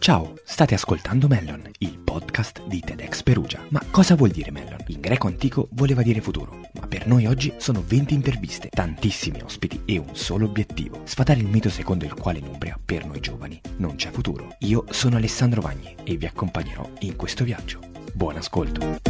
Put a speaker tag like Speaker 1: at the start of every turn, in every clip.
Speaker 1: Ciao, state ascoltando Mellon, il podcast di TEDx Perugia. Ma cosa vuol dire Mellon? In greco antico voleva dire futuro, ma per noi oggi sono 20 interviste, tantissimi ospiti e un solo obiettivo: sfatare il mito secondo il quale in Umbria, per noi giovani, non c'è futuro. Io sono Alessandro Vagni e vi accompagnerò in questo viaggio. Buon ascolto!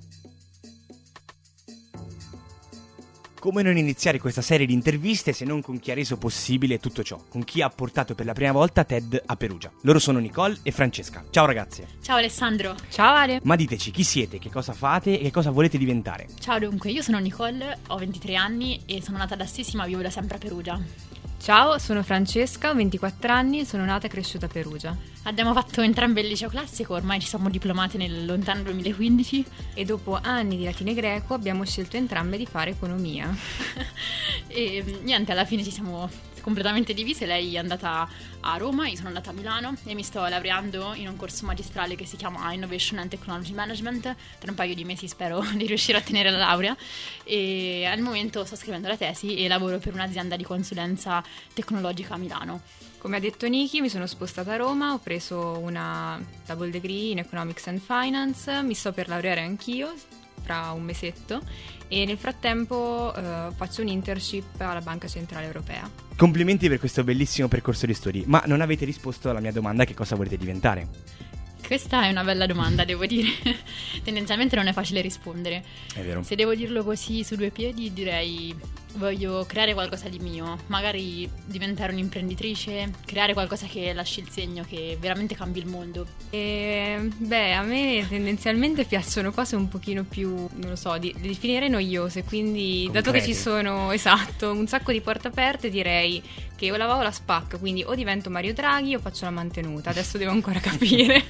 Speaker 2: Come non iniziare questa serie di interviste se non con chi ha reso possibile tutto ciò, con chi ha portato per la prima volta TED a Perugia. Loro sono Nicole e Francesca. Ciao ragazze.
Speaker 3: Ciao Alessandro.
Speaker 4: Ciao Ale.
Speaker 2: Ma diteci, chi siete, che cosa fate e che cosa volete diventare?
Speaker 3: Ciao, dunque, io sono Nicole, ho 23 anni e sono nata da Assisi ma vivo da sempre a Perugia.
Speaker 4: Ciao, sono Francesca, ho 24 anni, sono nata e cresciuta a Perugia.
Speaker 3: Abbiamo fatto entrambe il liceo classico, ormai ci siamo diplomate nel lontano 2015
Speaker 4: e dopo anni di latino e greco abbiamo scelto entrambe di fare economia.
Speaker 3: E niente, alla fine ci siamo completamente divise. Lei è andata a Roma, io sono andata a Milano e mi sto laureando in un corso magistrale che si chiama Innovation and Technology Management. Tra un paio di mesi spero di riuscire a ottenere la laurea e al momento sto scrivendo la tesi e lavoro per un'azienda di consulenza tecnologica a Milano.
Speaker 4: Come ha detto Niki, mi sono spostata a Roma, ho preso una double degree in Economics and Finance, mi sto per laureare anch'io fra un mesetto e nel frattempo faccio un internship alla Banca Centrale Europea.
Speaker 2: Complimenti per questo bellissimo percorso di studi, ma non avete risposto alla mia domanda: che cosa volete diventare?
Speaker 3: Questa è una bella domanda, devo dire. Tendenzialmente non è facile rispondere.
Speaker 2: È vero.
Speaker 3: Se devo dirlo così su due piedi, direi voglio creare qualcosa di mio, magari diventare un'imprenditrice, creare qualcosa che lasci il segno, che veramente cambi il mondo.
Speaker 4: A me tendenzialmente piacciono cose un pochino più, non lo so, di definire noiose, quindi
Speaker 2: concrete.
Speaker 4: Dato che ci sono, un sacco di porte aperte, direi che o la va o la spacca, quindi o divento Mario Draghi o faccio la mantenuta, adesso devo ancora capire.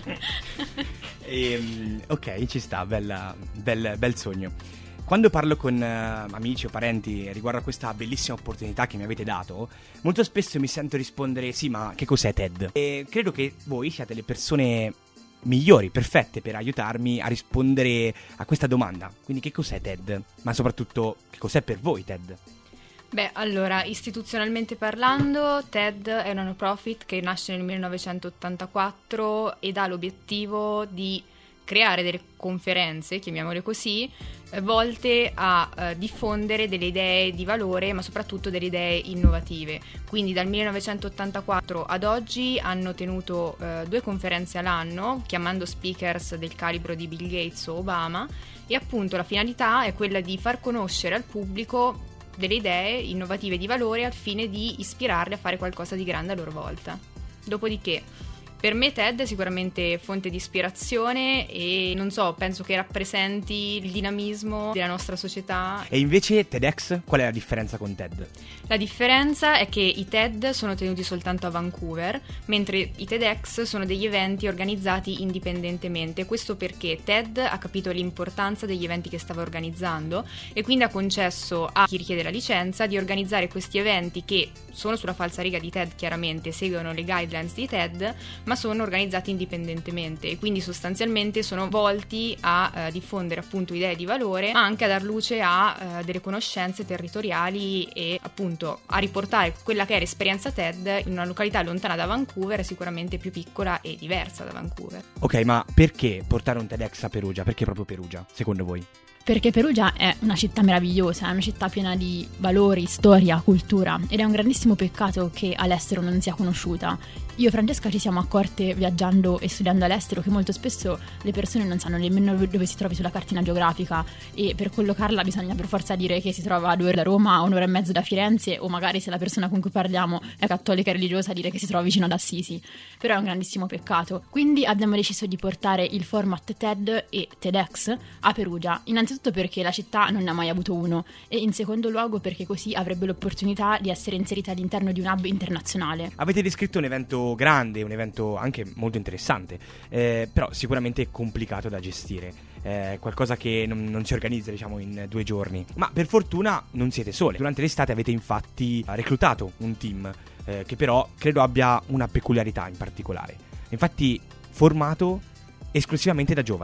Speaker 2: Ok, ci sta, bel sogno. Quando parlo con amici o parenti riguardo a questa bellissima opportunità che mi avete dato, molto spesso mi sento rispondere: sì, ma che cos'è TED? E credo che voi siate le persone migliori, perfette per aiutarmi a rispondere a questa domanda. Quindi che cos'è TED? Ma soprattutto che cos'è per voi TED?
Speaker 4: Beh, allora, istituzionalmente parlando, TED è una no profit che nasce nel 1984 ed ha l'obiettivo di creare delle conferenze, chiamiamole così, volte a diffondere delle idee di valore, ma soprattutto delle idee innovative. Quindi dal 1984 ad oggi hanno tenuto 2 conferenze all'anno, chiamando speakers del calibro di Bill Gates o Obama, e appunto la finalità è quella di far conoscere al pubblico delle idee innovative di valore al fine di ispirarli a fare qualcosa di grande a loro volta. Dopodiché, per me TED è sicuramente fonte di ispirazione e non so, penso che rappresenti il dinamismo della nostra società.
Speaker 2: E invece TEDx, qual è la differenza con TED?
Speaker 4: La differenza è che i TED sono tenuti soltanto a Vancouver, mentre i TEDx sono degli eventi organizzati indipendentemente. Questo perché TED ha capito l'importanza degli eventi che stava organizzando e quindi ha concesso a chi richiede la licenza di organizzare questi eventi che sono sulla falsariga di TED, chiaramente seguono le guidelines di TED, ma sono organizzati indipendentemente e quindi sostanzialmente sono volti a diffondere appunto idee di valore, ma anche a dar luce a delle conoscenze territoriali e appunto a riportare quella che è l'esperienza TED in una località lontana da Vancouver, sicuramente più piccola e diversa da Vancouver.
Speaker 2: Ok, ma perché portare un TEDx a Perugia? Perché proprio Perugia, secondo voi?
Speaker 3: Perché Perugia è una città meravigliosa, è una città piena di valori, storia, cultura ed è un grandissimo peccato che all'estero non sia conosciuta. Io e Francesca ci siamo accorte viaggiando e studiando all'estero che molto spesso le persone non sanno nemmeno dove si trovi sulla cartina geografica e per collocarla bisogna per forza dire che si trova a 2 ore da Roma, a 1 ora e mezzo da Firenze, o magari se la persona con cui parliamo è cattolica e religiosa dire che si trova vicino ad Assisi. Però è un grandissimo peccato. Quindi abbiamo deciso di portare il format TED e TEDx a Perugia, innanzitutto perché la città non ne ha mai avuto uno e in secondo luogo perché così avrebbe l'opportunità di essere inserita all'interno di un hub internazionale.
Speaker 2: Avete descritto un evento grande, un evento anche molto interessante, però sicuramente complicato da gestire, qualcosa che non si organizza diciamo in 2 giorni, ma per fortuna non siete sole. Durante l'estate avete infatti reclutato un team che però credo abbia una peculiarità in particolare, infatti formato esclusivamente da giovani.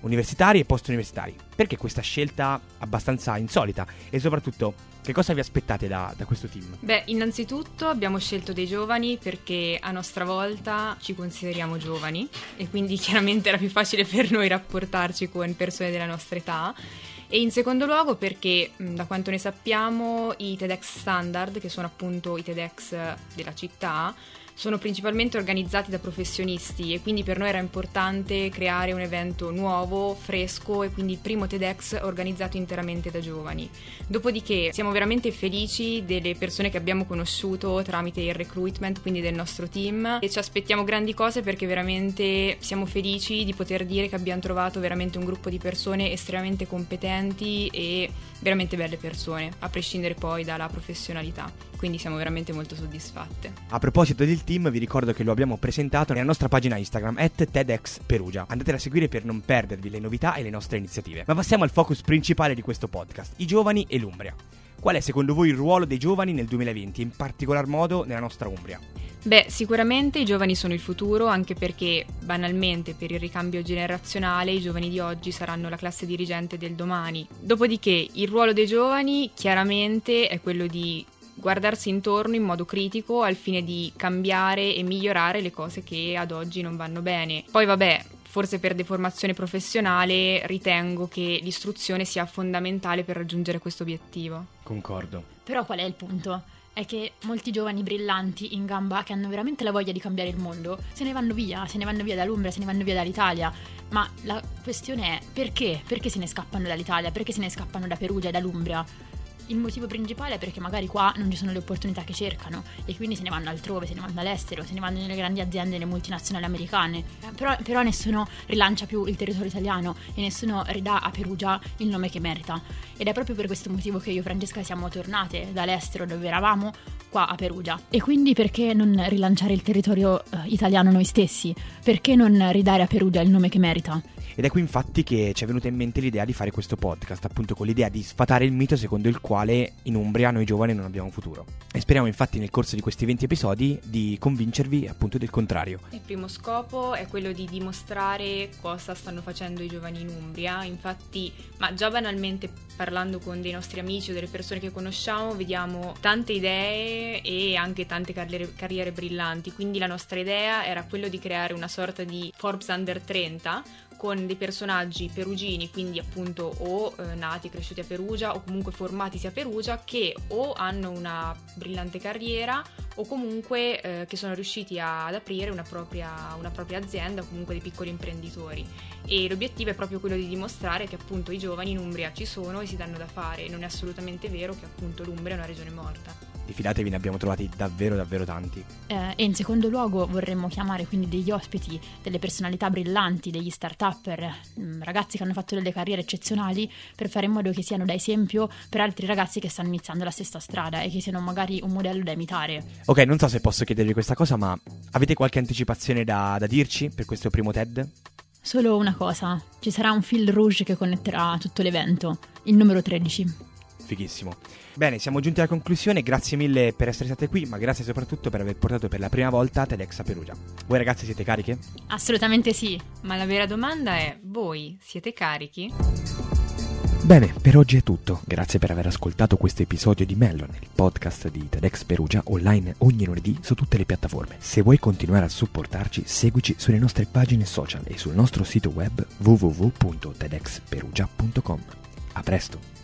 Speaker 2: universitari e post-universitari. Perché questa scelta abbastanza insolita? E soprattutto, che cosa vi aspettate da questo team?
Speaker 4: Beh, innanzitutto abbiamo scelto dei giovani perché a nostra volta ci consideriamo giovani e quindi chiaramente era più facile per noi rapportarci con persone della nostra età. E in secondo luogo perché, da quanto ne sappiamo, i TEDx Standard, che sono appunto i TEDx della città, sono principalmente organizzati da professionisti e quindi per noi era importante creare un evento nuovo, fresco e quindi il primo TEDx organizzato interamente da giovani. Dopodiché siamo veramente felici delle persone che abbiamo conosciuto tramite il recruitment, quindi del nostro team, e ci aspettiamo grandi cose perché veramente siamo felici di poter dire che abbiamo trovato veramente un gruppo di persone estremamente competenti e veramente belle persone, a prescindere poi dalla professionalità. Quindi siamo veramente molto soddisfatte.
Speaker 2: A proposito del team, vi ricordo che lo abbiamo presentato nella nostra pagina Instagram @TEDxPerugia. Andatela a seguire per non perdervi le novità e le nostre iniziative. Ma passiamo al focus principale di questo podcast: i giovani e l'Umbria. Qual è secondo voi il ruolo dei giovani nel 2020, in particolar modo nella nostra Umbria?
Speaker 4: Beh, sicuramente i giovani sono il futuro, anche perché banalmente per il ricambio generazionale i giovani di oggi saranno la classe dirigente del domani. Dopodiché il ruolo dei giovani chiaramente è quello di guardarsi intorno in modo critico al fine di cambiare e migliorare le cose che ad oggi non vanno bene. Poi vabbè, forse per deformazione professionale ritengo che l'istruzione sia fondamentale per raggiungere questo obiettivo.
Speaker 2: Concordo.
Speaker 3: Però qual è il punto? È che molti giovani brillanti in gamba che hanno veramente la voglia di cambiare il mondo se ne vanno via dall'Umbria, se ne vanno via dall'Italia. Ma la questione è perché? Perché se ne scappano dall'Italia? Perché se ne scappano da Perugia e dall'Umbria? Il motivo principale è perché magari qua non ci sono le opportunità che cercano e quindi se ne vanno altrove, se ne vanno all'estero, se ne vanno nelle grandi aziende, nelle multinazionali americane. Però nessuno rilancia più il territorio italiano e nessuno ridà a Perugia il nome che merita. Ed è proprio per questo motivo che io e Francesca siamo tornate dall'estero dove eravamo qua a Perugia. E quindi perché non rilanciare il territorio italiano noi stessi? Perché non ridare a Perugia il nome che merita?
Speaker 2: Ed è qui infatti che ci è venuta in mente l'idea di fare questo podcast, appunto con l'idea di sfatare il mito secondo il quale in Umbria noi giovani non abbiamo futuro. E speriamo infatti nel corso di questi 20 episodi di convincervi appunto del contrario.
Speaker 4: Il primo scopo è quello di dimostrare cosa stanno facendo i giovani in Umbria. Infatti, ma già banalmente parlando con dei nostri amici o delle persone che conosciamo, vediamo tante idee e anche tante carriere brillanti. Quindi la nostra idea era quello di creare una sorta di Forbes Under 30 con dei personaggi perugini, quindi appunto o nati e cresciuti a Perugia o comunque formatisi a Perugia, che o hanno una brillante carriera o comunque che sono riusciti ad aprire una propria azienda o comunque dei piccoli imprenditori. E l'obiettivo è proprio quello di dimostrare che appunto i giovani in Umbria ci sono e si danno da fare. Non è assolutamente vero che appunto l'Umbria è una regione morta.
Speaker 2: E fidatevi, ne abbiamo trovati davvero davvero tanti.
Speaker 3: E in secondo luogo vorremmo chiamare quindi degli ospiti, delle personalità brillanti, degli start-upper, ragazzi che hanno fatto delle carriere eccezionali, per fare in modo che siano da esempio per altri ragazzi che stanno iniziando la stessa strada e che siano magari un modello da imitare.
Speaker 2: Ok, non so se posso chiedervi questa cosa, ma avete qualche anticipazione da dirci per questo primo TED?
Speaker 3: Solo una cosa, ci sarà un fil rouge che connetterà tutto l'evento, il numero 13.
Speaker 2: Fighissimo. Bene, siamo giunti alla conclusione, grazie mille per essere state qui, ma grazie soprattutto per aver portato per la prima volta TEDx a Perugia. Voi ragazzi siete cariche?
Speaker 3: Assolutamente sì.
Speaker 4: Ma la vera domanda è: voi siete carichi?
Speaker 1: Bene, per oggi è tutto. Grazie per aver ascoltato questo episodio di Mellon, il podcast di TEDx Perugia, online ogni lunedì su tutte le piattaforme. Se vuoi continuare a supportarci, seguici sulle nostre pagine social e sul nostro sito web www.tedxperugia.com. A presto!